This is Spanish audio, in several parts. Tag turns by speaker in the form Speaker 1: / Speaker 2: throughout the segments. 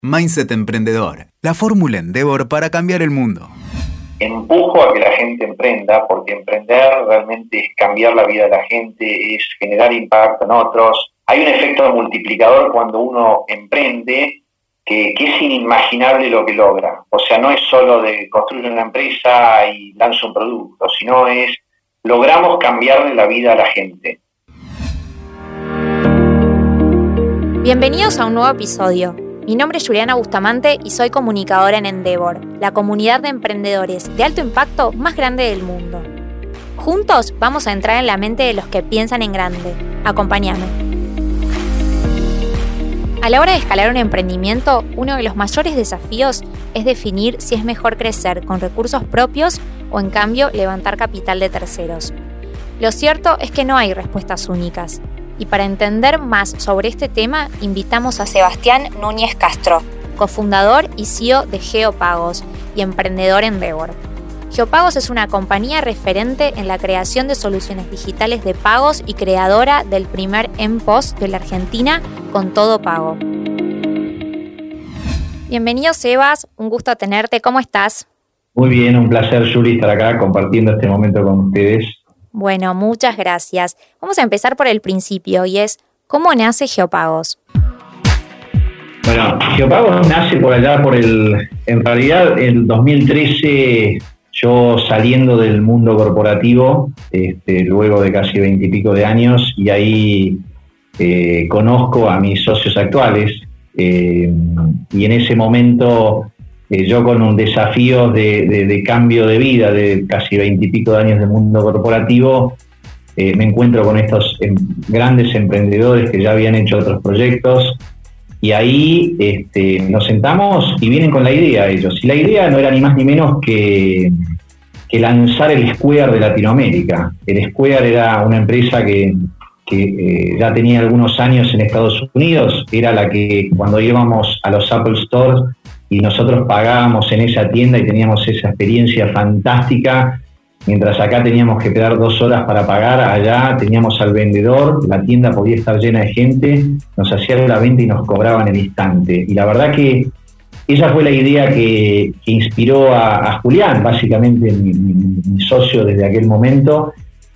Speaker 1: Mindset Emprendedor, la fórmula Endeavor para cambiar el mundo.
Speaker 2: Empujo a que la gente emprenda, porque emprender realmente es cambiar la vida de la gente, es generar impacto en otros. Hay un efecto multiplicador cuando uno emprende que es inimaginable lo que logra. O sea, no es solo de construir una empresa y lanzo un producto, sino es logramos cambiarle la vida a la gente.
Speaker 3: Bienvenidos a un nuevo episodio. Mi nombre es Juliana Bustamante y soy comunicadora en Endeavor, la comunidad de emprendedores de alto impacto más grande del mundo. Juntos vamos a entrar en la mente de los que piensan en grande. Acompáñame. A la hora de escalar un emprendimiento, uno de los mayores desafíos es definir si es mejor crecer con recursos propios o, en cambio, levantar capital de terceros. Lo cierto es que no hay respuestas únicas. Y para entender más sobre este tema, invitamos a Sebastián Núñez Castro, cofundador y CEO de Geopagos y emprendedor en Endeavor. Geopagos es una compañía referente en la creación de soluciones digitales de pagos y creadora del primer mPOS de la Argentina con Todo Pago. Bienvenido, Sebas, un gusto tenerte. ¿Cómo estás?
Speaker 4: Muy bien, un placer, Juli, estar acá compartiendo este momento con ustedes.
Speaker 3: Bueno, muchas gracias. Vamos a empezar por el principio y es, ¿cómo nace Geopagos?
Speaker 4: Bueno, Geopagos nace en realidad en 2013, yo saliendo del mundo corporativo, luego de casi 20 y pico de años, y ahí conozco a mis socios actuales, y en ese momento yo con un desafío de cambio de vida de casi 20 y pico de años del mundo corporativo, me encuentro con estos grandes emprendedores que ya habían hecho otros proyectos, y ahí nos sentamos y vienen con la idea ellos. Y la idea no era ni más ni menos que lanzar el Square de Latinoamérica. El Square era una empresa que ya tenía algunos años en Estados Unidos, era la que cuando íbamos a los Apple Stores y nosotros pagábamos en esa tienda y teníamos esa experiencia fantástica, mientras acá teníamos que esperar 2 horas para pagar, allá teníamos al vendedor, la tienda podía estar llena de gente, nos hacían la venta y nos cobraban el instante. Y la verdad que esa fue la idea que inspiró a Julián, básicamente mi socio desde aquel momento,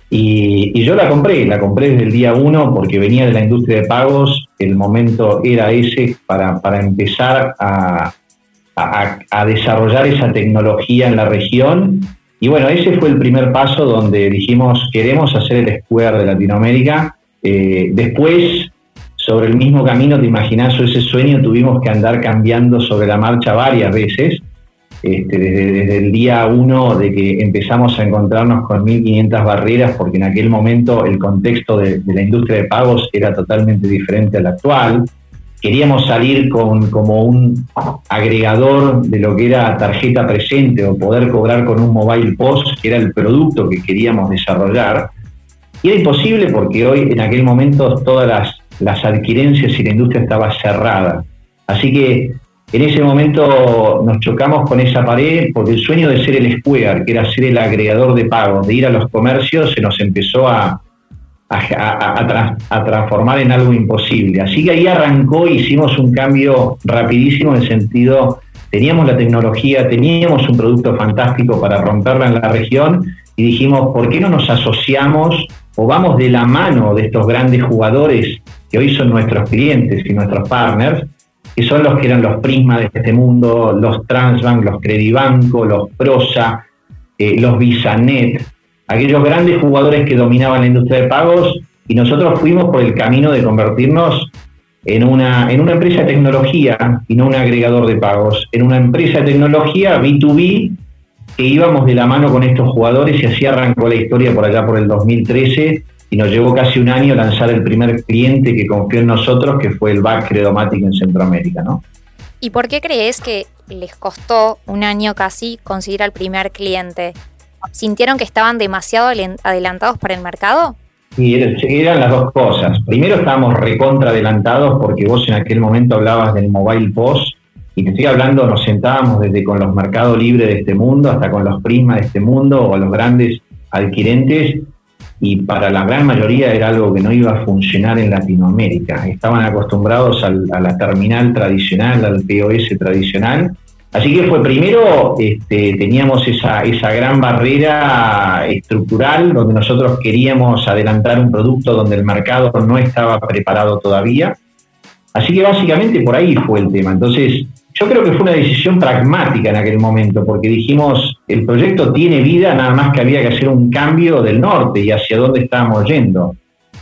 Speaker 4: y yo la compré desde el día 1 porque venía de la industria de pagos, el momento era ese para empezar a desarrollar esa tecnología en la región. Y bueno, ese fue el primer paso donde dijimos, queremos hacer el Square de Latinoamérica. Después, sobre el mismo camino, te imaginás, ese sueño tuvimos que andar cambiando sobre la marcha varias veces, desde el día 1 de que empezamos a encontrarnos con 1.500 barreras, porque en aquel momento el contexto de la industria de pagos era totalmente diferente al actual. Queríamos salir como un agregador de lo que era tarjeta presente o poder cobrar con un mobile POS, que era el producto que queríamos desarrollar. Y era imposible porque hoy, en aquel momento, todas las adquirencias y la industria estaba cerrada. Así que en ese momento nos chocamos con esa pared porque el sueño de ser el Square, que era ser el agregador de pagos, de ir a los comercios, se nos empezó a transformar en algo imposible. Así que ahí arrancó, hicimos un cambio rapidísimo en el sentido, teníamos la tecnología, teníamos un producto fantástico para romperla en la región y dijimos, ¿por qué no nos asociamos o vamos de la mano de estos grandes jugadores que hoy son nuestros clientes y nuestros partners, que son los que eran los Prisma de este mundo, los Transbank, los Credibanco, los Prosa, los VisaNet, aquellos grandes jugadores que dominaban la industria de pagos, y nosotros fuimos por el camino de convertirnos en una empresa de tecnología y no un agregador de pagos, en una empresa de tecnología B2B que íbamos de la mano con estos jugadores, y así arrancó la historia por allá por el 2013, y nos llevó casi un año lanzar el primer cliente que confió en nosotros, que fue el BAC Credomatic en Centroamérica, ¿no?
Speaker 3: ¿Y por qué crees que les costó un año casi conseguir al primer cliente? ¿Sintieron que estaban demasiado adelantados para el mercado?
Speaker 4: Sí, eran las dos cosas. Primero, estábamos recontra adelantados porque vos en aquel momento hablabas del mobile POS, y te estoy hablando, nos sentábamos desde con los Mercado Libre de este mundo hasta con los Prisma de este mundo o los grandes adquirentes, y para la gran mayoría era algo que no iba a funcionar en Latinoamérica. Estaban acostumbrados a la terminal tradicional, al POS tradicional. Así que fue primero, teníamos esa gran barrera estructural donde nosotros queríamos adelantar un producto donde el mercado no estaba preparado todavía. Así que básicamente por ahí fue el tema. Entonces, yo creo que fue una decisión pragmática en aquel momento, porque dijimos, el proyecto tiene vida, nada más que había que hacer un cambio del norte y hacia dónde estábamos yendo.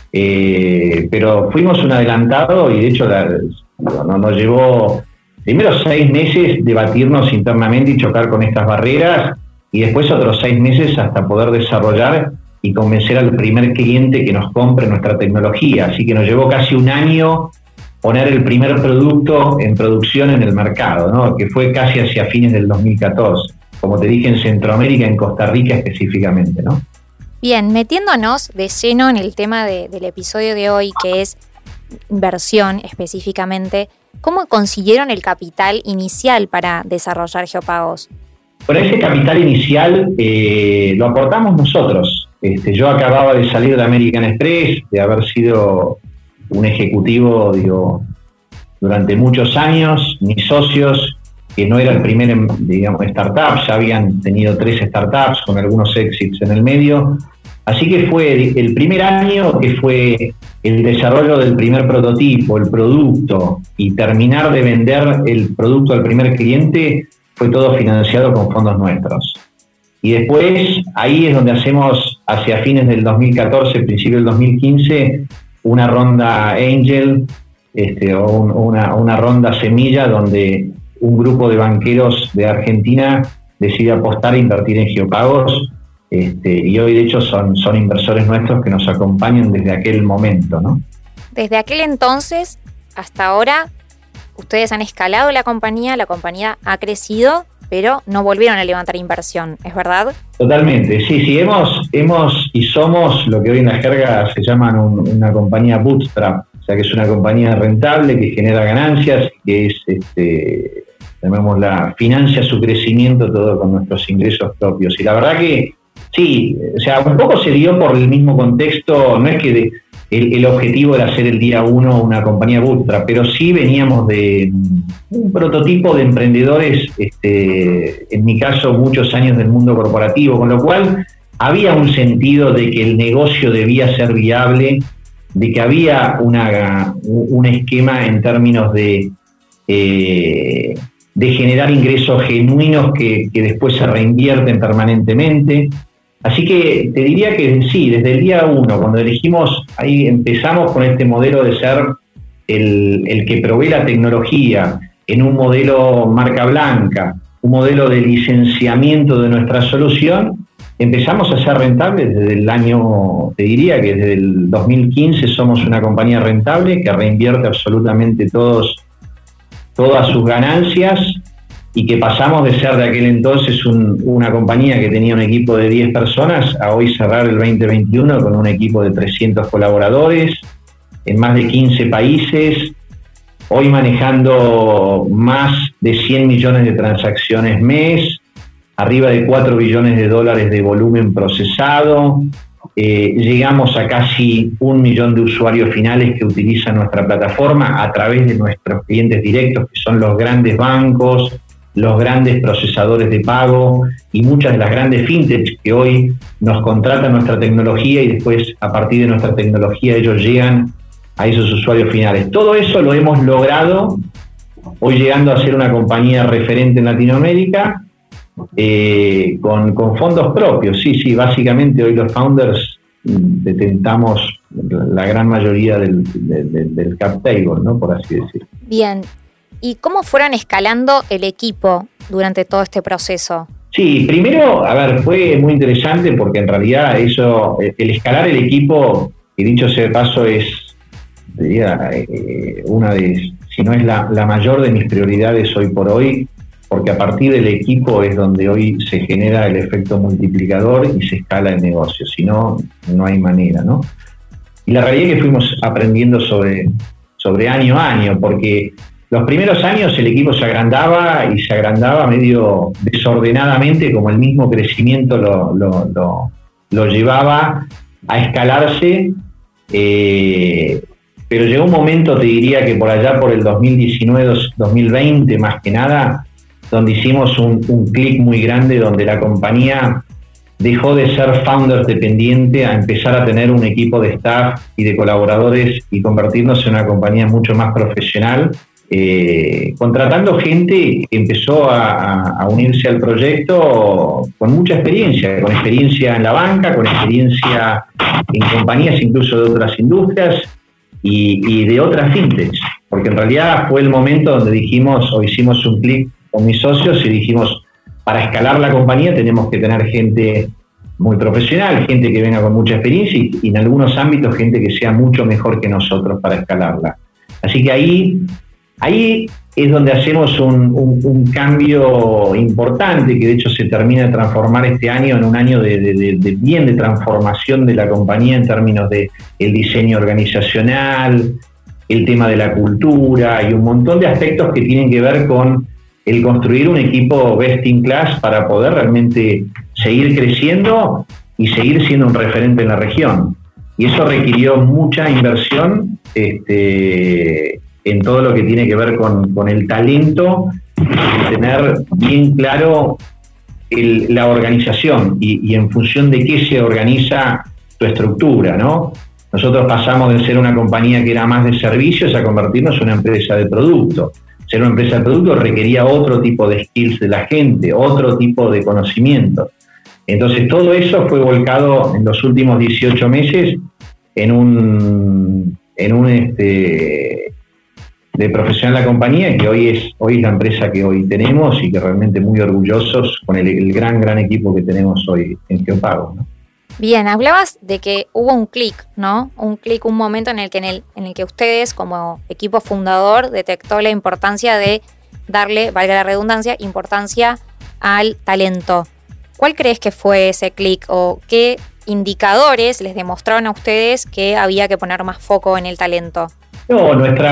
Speaker 4: Pero fuimos un adelantado y de hecho nos llevó primero 6 meses debatirnos internamente y chocar con estas barreras, y después otros 6 meses hasta poder desarrollar y convencer al primer cliente que nos compre nuestra tecnología. Así que nos llevó casi un año poner el primer producto en producción en el mercado, ¿no? Que fue casi hacia fines del 2014, como te dije, en Centroamérica, en Costa Rica específicamente, ¿no?
Speaker 3: Bien, metiéndonos de lleno en el tema del episodio de hoy, que es inversión específicamente, ¿cómo consiguieron el capital inicial para desarrollar Geopagos?
Speaker 4: Bueno, ese capital inicial lo aportamos nosotros. Yo acababa de salir de American Express, de haber sido un ejecutivo, durante muchos años. Mis socios, que no era el primer, startup, ya habían tenido 3 startups con algunos exits en el medio. Así que fue el primer año, que fue el desarrollo del primer prototipo, el producto, y terminar de vender el producto al primer cliente, fue todo financiado con fondos nuestros. Y después, ahí es donde hacemos, hacia fines del 2014, principio del 2015, una ronda Angel, o una ronda semilla, donde un grupo de banqueros de Argentina decide apostar e invertir en Geopagos, y hoy de hecho son inversores nuestros que nos acompañan desde aquel momento, ¿no?
Speaker 3: Desde aquel entonces hasta ahora, ustedes han escalado la compañía ha crecido, pero no volvieron a levantar inversión, ¿es verdad?
Speaker 4: Totalmente, sí, hemos y somos lo que hoy en la jerga se llaman una compañía bootstrap, o sea que es una compañía rentable que genera ganancias, que es, llamémosla, financia su crecimiento todo con nuestros ingresos propios. Y la verdad que sí, o sea, un poco se dio por el mismo contexto, no es que el objetivo era hacer el día 1 una compañía bootstrap, pero sí veníamos de un prototipo de emprendedores, en mi caso muchos años del mundo corporativo, con lo cual había un sentido de que el negocio debía ser viable, de que había un esquema en términos de generar ingresos genuinos que después se reinvierten permanentemente. Así que te diría que sí, desde el día 1, cuando elegimos, ahí empezamos con este modelo de ser el que provee la tecnología en un modelo marca blanca, un modelo de licenciamiento de nuestra solución, empezamos a ser rentables desde el año, te diría que desde el 2015 somos una compañía rentable que reinvierte absolutamente todas sus ganancias, y que pasamos de ser de aquel entonces una compañía que tenía un equipo de 10 personas a hoy cerrar el 2021 con un equipo de 300 colaboradores en más de 15 países, hoy manejando más de 100 millones de transacciones mes, arriba de 4 billones de dólares de volumen procesado. Llegamos a casi 1 millón de usuarios finales que utilizan nuestra plataforma a través de nuestros clientes directos, que son los grandes bancos, los grandes procesadores de pago y muchas de las grandes fintechs que hoy nos contratan nuestra tecnología y después a partir de nuestra tecnología ellos llegan a esos usuarios finales. Todo eso lo hemos logrado hoy llegando a ser una compañía referente en Latinoamérica, con fondos propios. Sí, básicamente hoy los founders detentamos la gran mayoría del cap table, ¿no? Por así decirlo.
Speaker 3: Bien. ¿Y cómo fueron escalando el equipo durante todo este proceso?
Speaker 4: Sí, primero, fue muy interesante porque en realidad el escalar el equipo, y dicho sea de paso, es, diría, una de, si no es la mayor de mis prioridades hoy por hoy, porque a partir del equipo es donde hoy se genera el efecto multiplicador y se escala el negocio, si no, no hay manera, ¿no? Y la realidad es que fuimos aprendiendo sobre año a año, porque los primeros años el equipo se agrandaba medio desordenadamente, como el mismo crecimiento lo llevaba, a escalarse, pero llegó un momento, te diría que por allá por el 2019-2020 más que nada, donde hicimos un clic muy grande, donde la compañía dejó de ser founders dependiente a empezar a tener un equipo de staff y de colaboradores y convertirnos en una compañía mucho más profesional, contratando gente que empezó a unirse al proyecto con mucha experiencia, con experiencia en la banca, con experiencia en compañías incluso de otras industrias y de otras fintechs, porque en realidad fue el momento donde dijimos o hicimos un clic con mis socios y dijimos, para escalar la compañía tenemos que tener gente muy profesional, gente que venga con mucha experiencia y en algunos ámbitos gente que sea mucho mejor que nosotros para escalarla. Así que ahí es donde hacemos un cambio importante, que de hecho se termina de transformar este año en un año de transformación de la compañía en términos de el diseño organizacional, el tema de la cultura y un montón de aspectos que tienen que ver con el construir un equipo best in class para poder realmente seguir creciendo y seguir siendo un referente en la región. Y eso requirió mucha inversión en todo lo que tiene que ver con el talento, de tener bien claro la organización y en función de qué se organiza tu estructura, ¿no? Nosotros pasamos de ser una compañía que era más de servicios a convertirnos en una empresa de producto. Ser una empresa de producto requería otro tipo de skills de la gente, otro tipo de conocimiento. Entonces todo eso fue volcado en los últimos 18 meses en un de profesional la compañía, que hoy es la empresa que hoy tenemos y que realmente muy orgullosos con el gran equipo que tenemos hoy en GeoPagos, ¿no?
Speaker 3: Bien, hablabas de que hubo un clic, ¿no? Un clic, un momento en el que ustedes como equipo fundador detectó la importancia de darle, valga la redundancia, importancia al talento. ¿Cuál crees que fue ese clic o qué indicadores les demostraron a ustedes que había que poner más foco en el talento?
Speaker 4: No,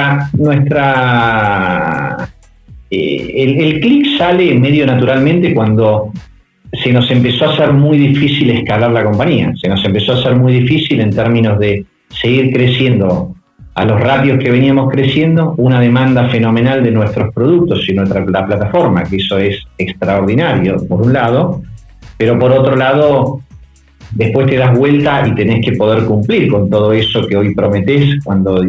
Speaker 4: el clic sale medio naturalmente cuando se nos empezó a hacer muy difícil escalar la compañía. Se nos empezó a hacer muy difícil en términos de seguir creciendo a los ratios que veníamos creciendo, una demanda fenomenal de nuestros productos y la plataforma, que eso es extraordinario, por un lado, pero por otro lado, después te das vuelta y tenés que poder cumplir con todo eso que hoy prometés cuando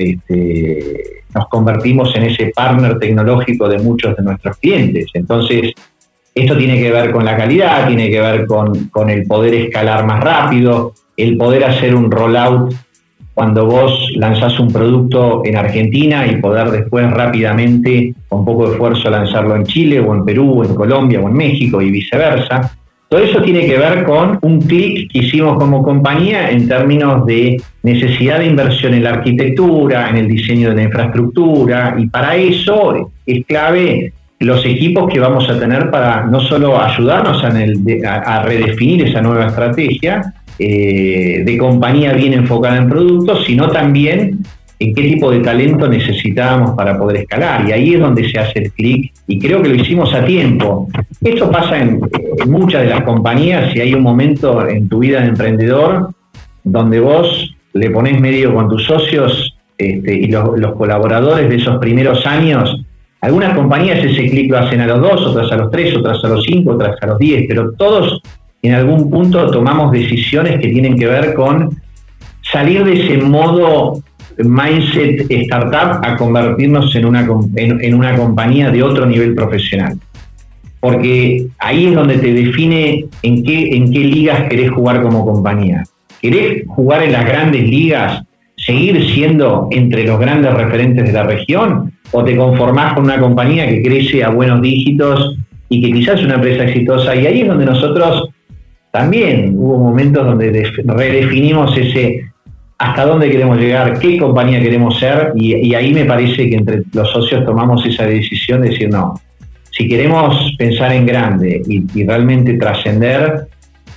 Speaker 4: nos convertimos en ese partner tecnológico de muchos de nuestros clientes. Entonces, esto tiene que ver con la calidad, tiene que ver con el poder escalar más rápido, el poder hacer un rollout cuando vos lanzás un producto en Argentina y poder después rápidamente, con poco esfuerzo, lanzarlo en Chile o en Perú o en Colombia o en México y viceversa. Todo eso tiene que ver con un clic que hicimos como compañía en términos de necesidad de inversión en la arquitectura, en el diseño de la infraestructura, y para eso es clave los equipos que vamos a tener para no solo ayudarnos a redefinir esa nueva estrategia de compañía bien enfocada en productos, sino también en qué tipo de talento necesitábamos para poder escalar. Y ahí es donde se hace el clic, y creo que lo hicimos a tiempo. Esto pasa en muchas de las compañías, y hay un momento en tu vida de emprendedor donde vos le ponés medio con tus socios y los colaboradores de esos primeros años. Algunas compañías ese clic lo hacen a los 2, otras a los 3, otras a los 5, otras a los 10, pero todos en algún punto tomamos decisiones que tienen que ver con salir de ese modo mindset startup a convertirnos en una compañía de otro nivel profesional. Porque ahí es donde te define en qué ligas querés jugar como compañía. ¿Querés jugar en las grandes ligas, seguir siendo entre los grandes referentes de la región? ¿O te conformás con una compañía que crece a buenos dígitos y que quizás es una empresa exitosa? Y ahí es donde nosotros también hubo momentos donde redefinimos hasta dónde queremos llegar, qué compañía queremos ser, y ahí me parece que entre los socios tomamos esa decisión de decir, no, si queremos pensar en grande y realmente trascender,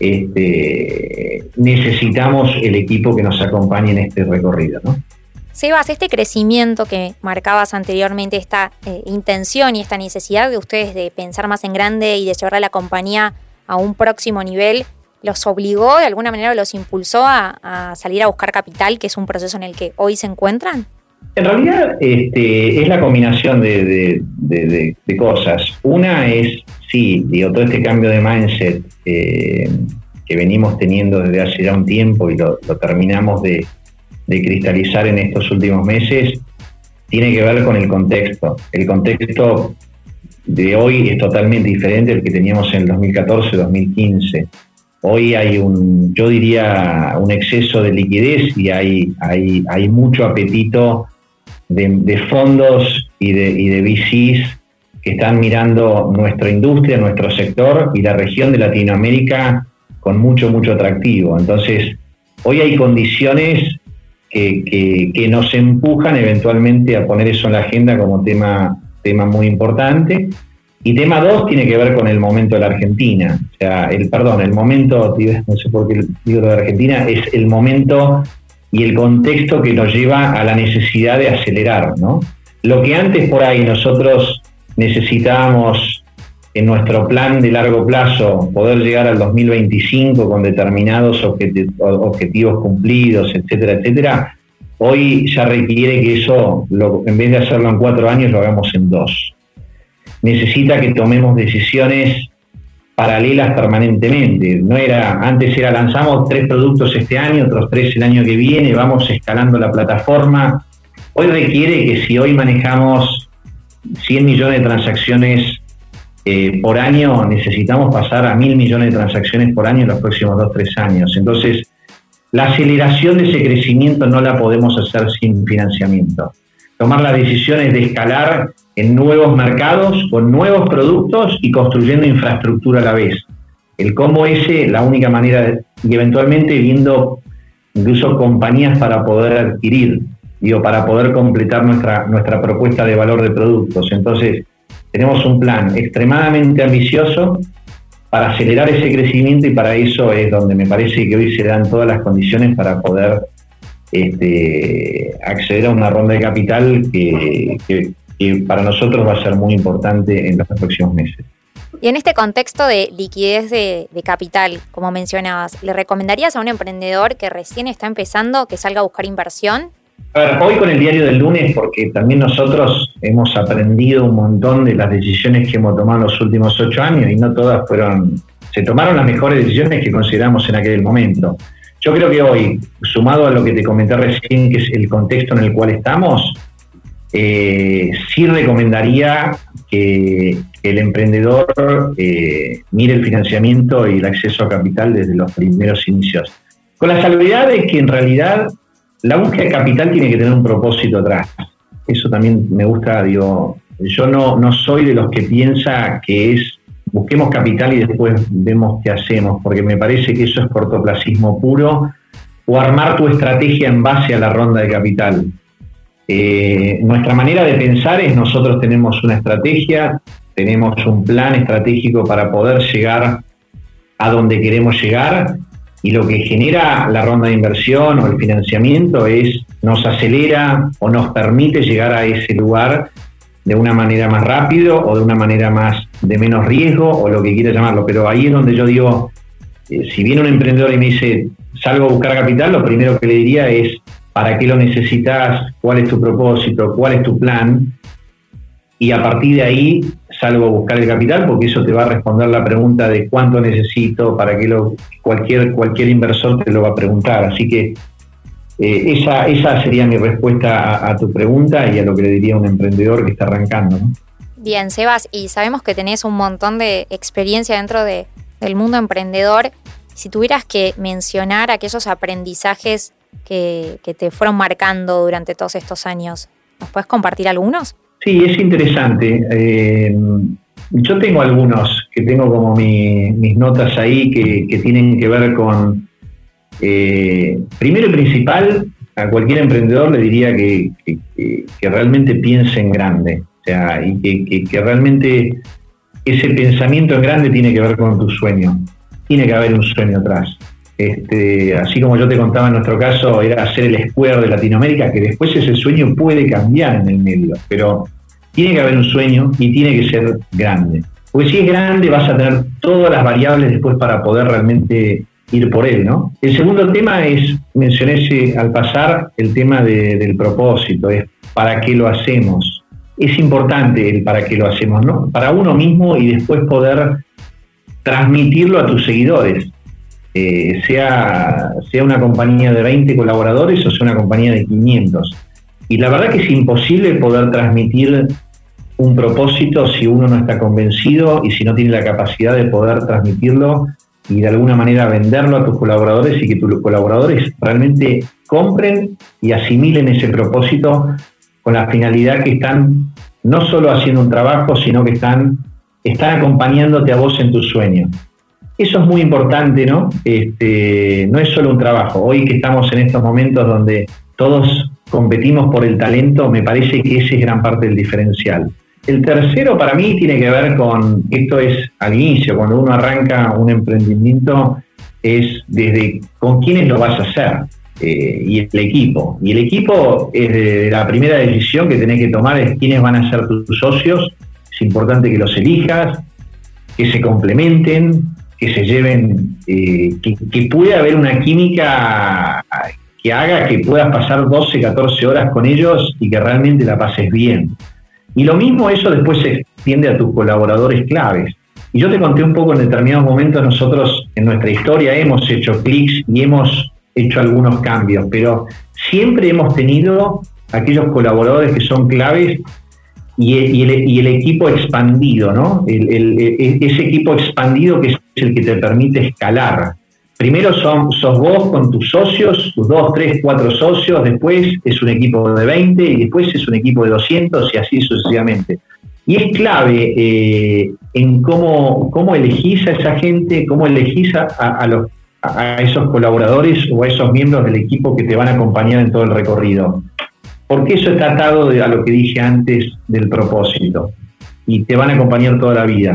Speaker 4: necesitamos el equipo que nos acompañe en este recorrido, ¿no?
Speaker 3: Sebas, este crecimiento que marcabas anteriormente, esta intención y esta necesidad de ustedes de pensar más en grande y de llevar a la compañía a un próximo nivel, los obligó, de alguna manera los impulsó a salir a buscar capital, que es un proceso en el que hoy se encuentran?
Speaker 4: En realidad es la combinación de cosas. Una es, sí, todo este cambio de mindset que venimos teniendo desde hace ya un tiempo y lo terminamos de cristalizar en estos últimos meses, tiene que ver con el contexto. El contexto de hoy es totalmente diferente al que teníamos en el 2014-2015. Hoy hay yo diría, un exceso de liquidez y hay mucho apetito de fondos y de VCs que están mirando nuestra industria, nuestro sector y la región de Latinoamérica con mucho atractivo. Entonces, hoy hay condiciones que nos empujan eventualmente a poner eso en la agenda como tema muy importante. Y tema 2 tiene que ver con el momento de la Argentina. O sea, el momento, no sé por qué digo lo de Argentina, es el momento y el contexto que nos lleva a la necesidad de acelerar, ¿no? Lo que antes por ahí nosotros necesitábamos en nuestro plan de largo plazo, poder llegar al 2025 con determinados objetivos cumplidos, etcétera, hoy ya requiere que eso, en vez de hacerlo en 4 años, lo hagamos en 2. Necesita que tomemos decisiones paralelas permanentemente. Antes era lanzamos 3 productos este año, otros 3 el año que viene, vamos escalando la plataforma. Hoy requiere que si hoy manejamos 100 millones de transacciones por año, necesitamos pasar a 1.000 millones de transacciones por año en los próximos 2-3 años. Entonces, la aceleración de ese crecimiento no la podemos hacer sin financiamiento. Tomar las decisiones de escalar en nuevos mercados, con nuevos productos y construyendo infraestructura a la vez. El cómo la única manera, y eventualmente viendo incluso compañías para poder adquirir, para poder completar nuestra propuesta de valor de productos. Entonces, tenemos un plan extremadamente ambicioso para acelerar ese crecimiento y para eso es donde me parece que hoy se dan todas las condiciones para poder acceder a una ronda de capital que para nosotros va a ser muy importante en los próximos meses.
Speaker 3: Y en este contexto de liquidez de capital, como mencionabas, ¿le recomendarías a un emprendedor que recién está empezando que salga a buscar inversión?
Speaker 4: A ver, hoy con el diario del lunes, porque también nosotros hemos aprendido un montón de las decisiones que hemos tomado en los últimos 8 años y no todas se tomaron las mejores decisiones que consideramos en aquel momento. Yo creo que hoy, sumado a lo que te comenté recién, que es el contexto en el cual estamos, sí recomendaría que el emprendedor mire el financiamiento y el acceso a capital desde los primeros inicios. Con la salvedad de que en realidad la búsqueda de capital tiene que tener un propósito atrás. Eso también me gusta, yo no soy de los que piensa que es busquemos capital y después vemos qué hacemos, porque me parece que eso es cortoplacismo puro, o armar tu estrategia en base a la ronda de capital. Nuestra manera de pensar es nosotros tenemos una estrategia, tenemos un plan estratégico para poder llegar a donde queremos llegar y lo que genera la ronda de inversión o el financiamiento nos acelera o nos permite llegar a ese lugar de una manera más rápido o de una manera de menos riesgo o lo que quiera llamarlo. Pero ahí es donde yo digo, si viene un emprendedor y me dice salgo a buscar capital, lo primero que le diría es ¿para qué lo necesitas? ¿Cuál es tu propósito? ¿Cuál es tu plan? Y a partir de ahí salgo a buscar el capital porque eso te va a responder la pregunta de cuánto necesito, para qué cualquier inversor te lo va a preguntar. Así que esa sería mi respuesta a tu pregunta y a lo que le diría a un emprendedor que está arrancando, ¿no?
Speaker 3: Bien, Sebas, y sabemos que tenés un montón de experiencia dentro del mundo emprendedor. Si tuvieras que mencionar aquellos aprendizajes que te fueron marcando durante todos estos años, ¿nos puedes compartir algunos?
Speaker 4: Sí, es interesante. Yo tengo algunos que tengo como mis notas ahí que tienen que ver con, primero y principal, a cualquier emprendedor le diría que realmente piense en grande. O sea, y que realmente ese pensamiento en grande tiene que ver con tu sueño. Tiene que haber un sueño atrás. Así como yo te contaba en nuestro caso, era hacer el Square de Latinoamérica, que después ese sueño puede cambiar en el medio, pero tiene que haber un sueño y tiene que ser grande. Porque si es grande vas a tener todas las variables después para poder realmente ir por él, ¿no? El segundo tema es, mencioné al pasar, el tema del propósito, es ¿para qué lo hacemos? Es importante el para qué lo hacemos, ¿no? Para uno mismo y después poder transmitirlo a tus seguidores, sea una compañía de 20 colaboradores o sea una compañía de 500. Y la verdad que es imposible poder transmitir un propósito si uno no está convencido y si no tiene la capacidad de poder transmitirlo y de alguna manera venderlo a tus colaboradores y que tus colaboradores realmente compren y asimilen ese propósito con la finalidad que están no solo haciendo un trabajo, sino que están acompañándote a vos en tu sueño. Eso es muy importante, ¿no? No es solo un trabajo. Hoy que estamos en estos momentos donde todos competimos por el talento, me parece que ese es gran parte del diferencial. El tercero para mí tiene que ver con, esto es al inicio, cuando uno arranca un emprendimiento, es desde con quiénes lo vas a hacer y el equipo. Y el equipo es la primera decisión que tenés que tomar, es quiénes van a ser tus socios. Es importante que los elijas, que se complementen, que se lleven, que pueda haber una química que haga que puedas pasar 12, 14 horas con ellos y que realmente la pases bien. Y lo mismo eso después se extiende a tus colaboradores claves. Y yo te conté un poco en determinados momentos, nosotros en nuestra historia hemos hecho clics y hemos hecho algunos cambios, pero siempre hemos tenido aquellos colaboradores que son claves y el equipo expandido, ¿no? Ese equipo expandido que es el que te permite escalar. Primero sos vos con tus socios, tus 2, 3, 4 socios, después es un equipo de 20 y después es un equipo de 200 y así sucesivamente. Y es clave en cómo elegís a esa gente, cómo elegís a esos colaboradores o a esos miembros del equipo que te van a acompañar en todo el recorrido. Porque eso está atado a lo que dije antes del propósito y te van a acompañar toda la vida.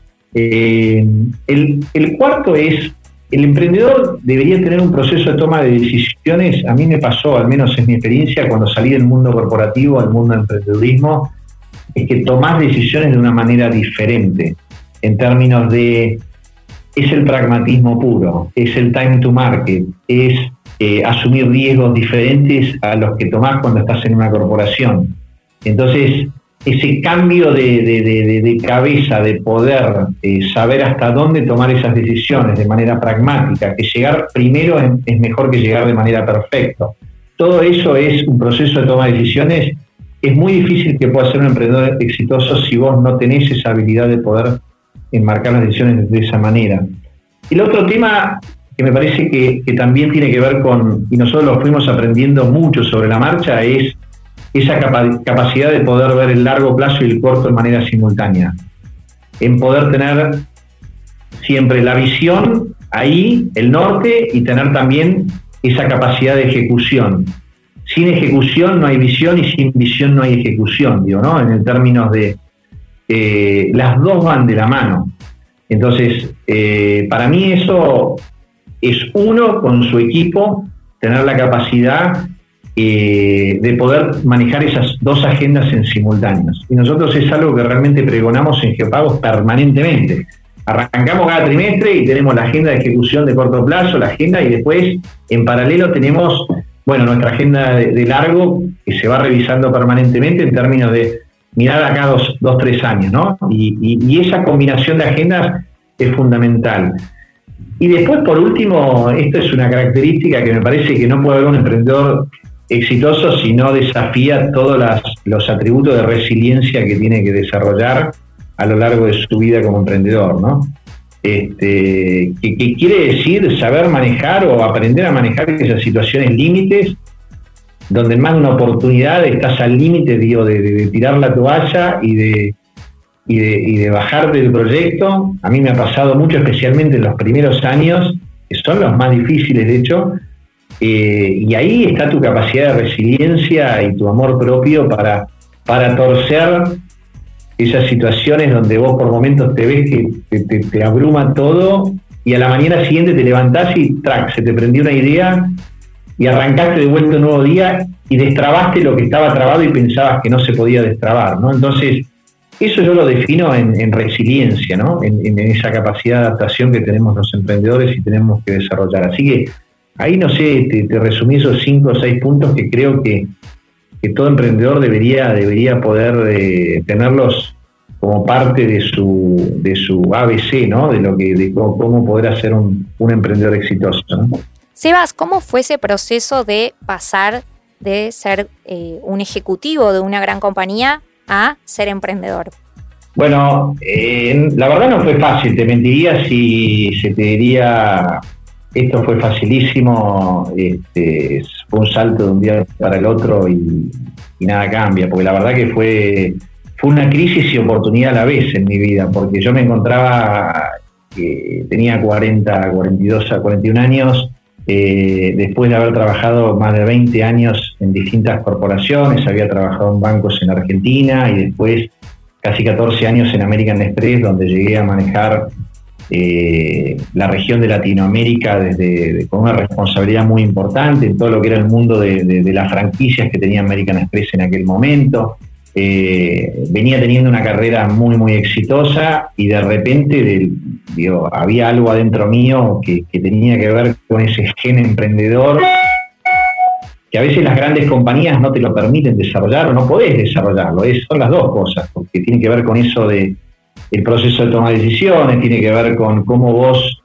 Speaker 4: El cuarto es, el emprendedor debería tener un proceso de toma de decisiones. A mí me pasó, al menos en mi experiencia, cuando salí del mundo corporativo al mundo del emprendedurismo, es que tomás decisiones de una manera diferente, en términos de, es el pragmatismo puro, es el time to market, es asumir riesgos diferentes a los que tomás cuando estás en una corporación. Entonces, ese cambio de cabeza, de poder saber hasta dónde tomar esas decisiones de manera pragmática, que llegar primero es mejor que llegar de manera perfecta. Todo eso es un proceso de toma de decisiones. Es muy difícil que puedas ser un emprendedor exitoso si vos no tenés esa habilidad de poder enmarcar las decisiones de esa manera. El otro tema que me parece que también tiene que ver con, y nosotros lo fuimos aprendiendo mucho sobre la marcha, es esa capacidad de poder ver el largo plazo y el corto de manera simultánea. En poder tener siempre la visión ahí, el norte, y tener también esa capacidad de ejecución. Sin ejecución no hay visión y sin visión no hay ejecución, digo, ¿no? En el términos de las dos van de la mano. Entonces, para mí eso es uno con su equipo, tener la capacidad de poder manejar esas dos agendas en simultáneos. Y nosotros es algo que realmente pregonamos en Geopagos permanentemente. Arrancamos cada trimestre y tenemos la agenda de ejecución de corto plazo, la agenda, y después en paralelo tenemos, bueno, nuestra agenda de largo, que se va revisando permanentemente en términos de mirar acá 2, 3 años, ¿no? Y esa combinación de agendas es fundamental. Y después, por último, esto es una característica que me parece que no puede haber un emprendedor exitoso si no desafía todos los atributos de resiliencia que tiene que desarrollar a lo largo de su vida como emprendedor, ¿no? Que quiere decir saber manejar o aprender a manejar esas situaciones límites, donde en más de una oportunidad estás al límite, digo, de tirar la toalla y de bajarte del proyecto. A mí me ha pasado mucho, especialmente en los primeros años, que son los más difíciles, de hecho, y ahí está tu capacidad de resiliencia y tu amor propio para torcer esas situaciones donde vos por momentos te ves que te abruma todo y a la mañana siguiente te levantás y ¡trac!, se te prendió una idea y arrancaste de vuelta un nuevo día y destrabaste lo que estaba trabado y pensabas que no se podía destrabar, ¿no? Entonces, Eso yo lo defino en resiliencia, ¿no? En esa capacidad de adaptación que tenemos los emprendedores y tenemos que desarrollar. Así que ahí, no sé, te resumí esos 5 o 6 puntos que creo que todo emprendedor debería poder tenerlos como parte de su ABC, ¿no? De cómo poder ser un emprendedor exitoso, ¿no?
Speaker 3: Sebas, ¿cómo fue ese proceso de pasar de ser un ejecutivo de una gran compañía a ser emprendedor?
Speaker 4: Bueno, la verdad no fue fácil, te mentiría si se te diría esto fue facilísimo, fue un salto de un día para el otro y nada cambia, porque la verdad que fue una crisis y oportunidad a la vez en mi vida, porque yo me encontraba, tenía 42 a 41 años, después de haber trabajado más de 20 años en distintas corporaciones, había trabajado en bancos en Argentina y después casi 14 años en American Express, donde llegué a manejar la región de Latinoamérica con una responsabilidad muy importante en todo lo que era el mundo de las franquicias que tenía American Express en aquel momento. Venía teniendo una carrera muy, muy exitosa y de repente había algo adentro mío que tenía que ver con ese gen emprendedor que a veces las grandes compañías no te lo permiten desarrollar o no podés desarrollarlo. Son las dos cosas, porque tiene que ver con eso de el proceso de toma de decisiones, tiene que ver con cómo vos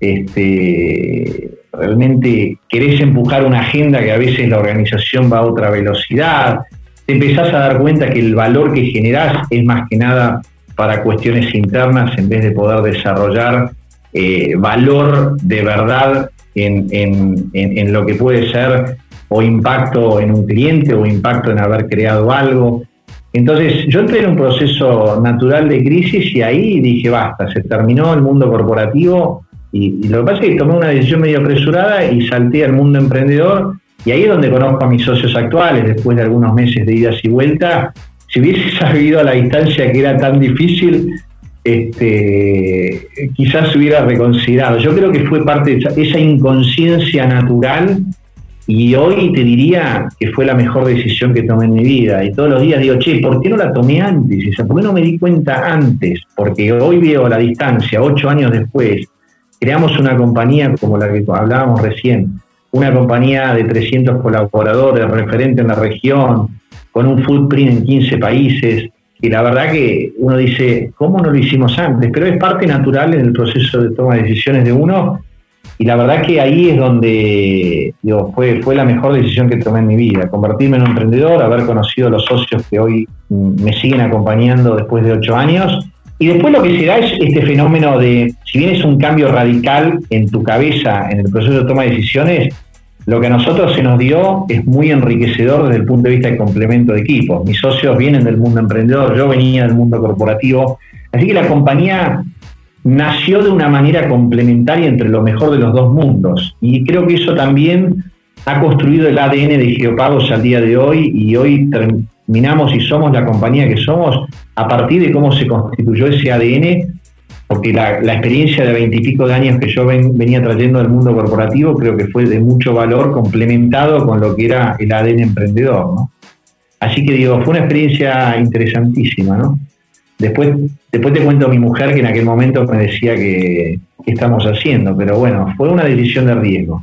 Speaker 4: realmente querés empujar una agenda que a veces la organización va a otra velocidad. Te empezás a dar cuenta que el valor que generás es más que nada para cuestiones internas en vez de poder desarrollar valor de verdad en lo que puede ser o impacto en un cliente o impacto en haber creado algo. Entonces yo entré en un proceso natural de crisis y ahí dije basta, se terminó el mundo corporativo y lo que pasa es que tomé una decisión medio apresurada y salté al mundo emprendedor y ahí es donde conozco a mis socios actuales después de algunos meses de idas y vueltas. Si hubiese sabido a la distancia que era tan difícil, quizás hubiera reconsiderado. Yo creo que fue parte de esa inconsciencia natural y hoy te diría que fue la mejor decisión que tomé en mi vida. Y todos los días digo, ¿por qué no la tomé antes? ¿Por qué no me di cuenta antes? Porque hoy veo a la distancia, 8 años después, creamos una compañía como la que hablábamos recién, una compañía de 300 colaboradores, referente en la región, con un footprint en 15 países, y la verdad que uno dice, ¿cómo no lo hicimos antes? Pero es parte natural en el proceso de toma de decisiones de uno, y la verdad que ahí es donde fue la mejor decisión que tomé en mi vida, convertirme en un emprendedor, haber conocido a los socios que hoy me siguen acompañando después de 8 años, y después lo que se da es este fenómeno de, si bien es un cambio radical en tu cabeza, en el proceso de toma de decisiones, lo que a nosotros se nos dio es muy enriquecedor desde el punto de vista de complemento de equipos. Mis socios vienen del mundo emprendedor, yo venía del mundo corporativo, así que la compañía nació de una manera complementaria entre lo mejor de los dos mundos. Y creo que eso también ha construido el ADN de Geopagos al día de hoy, y hoy terminamos y somos la compañía que somos a partir de cómo se constituyó ese ADN, porque la experiencia de 20 y pico de años que yo venía trayendo del mundo corporativo creo que fue de mucho valor, complementado con lo que era el ADN emprendedor, ¿no? Así que fue una experiencia interesantísima, ¿no? Después te cuento a mi mujer que en aquel momento me decía que qué estamos haciendo, pero bueno, fue una decisión de riesgo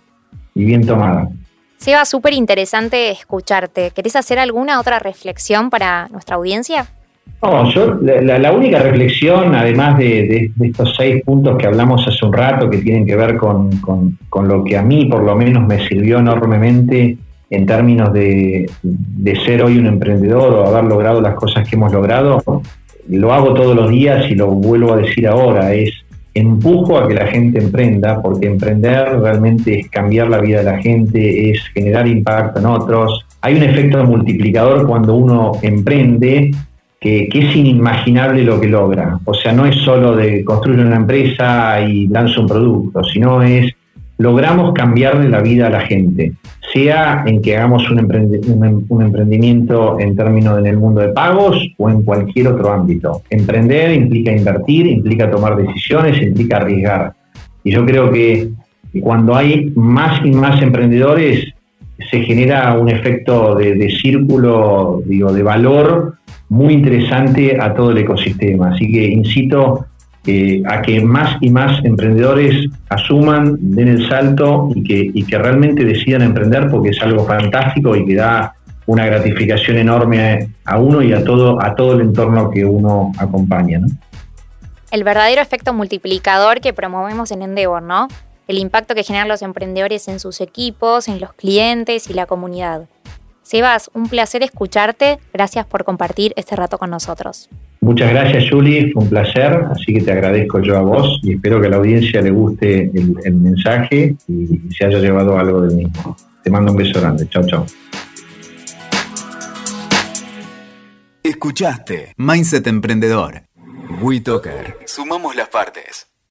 Speaker 4: y bien tomada.
Speaker 3: Seba, súper interesante escucharte. ¿Querés hacer alguna otra reflexión para nuestra audiencia?
Speaker 4: No, yo la única reflexión, además de estos 6 puntos que hablamos hace un rato, que tienen que ver con lo que a mí por lo menos me sirvió enormemente en términos de ser hoy un emprendedor o haber logrado las cosas que hemos logrado, lo hago todos los días y lo vuelvo a decir ahora, es empujo a que la gente emprenda, porque emprender realmente es cambiar la vida de la gente, es generar impacto en otros. Hay un efecto multiplicador cuando uno emprende que es inimaginable lo que logra. O sea, no es solo de construir una empresa y lanzo un producto, sino es logramos cambiarle la vida a la gente, sea en que hagamos un emprendimiento en términos en el mundo de pagos o en cualquier otro ámbito. Emprender implica invertir, implica tomar decisiones, implica arriesgar. Y yo creo que cuando hay más y más emprendedores se genera un efecto de círculo, de valor, muy interesante a todo el ecosistema. Así que incito a que más y más emprendedores asuman, den el salto y que realmente decidan emprender, porque es algo fantástico y que da una gratificación enorme a uno y a todo el entorno que uno acompaña, ¿no?
Speaker 3: El verdadero efecto multiplicador que promovemos en Endeavor, ¿no? El impacto que generan los emprendedores en sus equipos, en los clientes y la comunidad. Sebas, un placer escucharte. Gracias por compartir este rato con nosotros.
Speaker 4: Muchas gracias, Juli. Fue un placer. Así que te agradezco yo a vos y espero que a la audiencia le guste el mensaje y se haya llevado algo del mismo. Te mando un beso grande. Chau, chau.
Speaker 1: Escuchaste Mindset Emprendedor. WeToker. Sumamos las partes.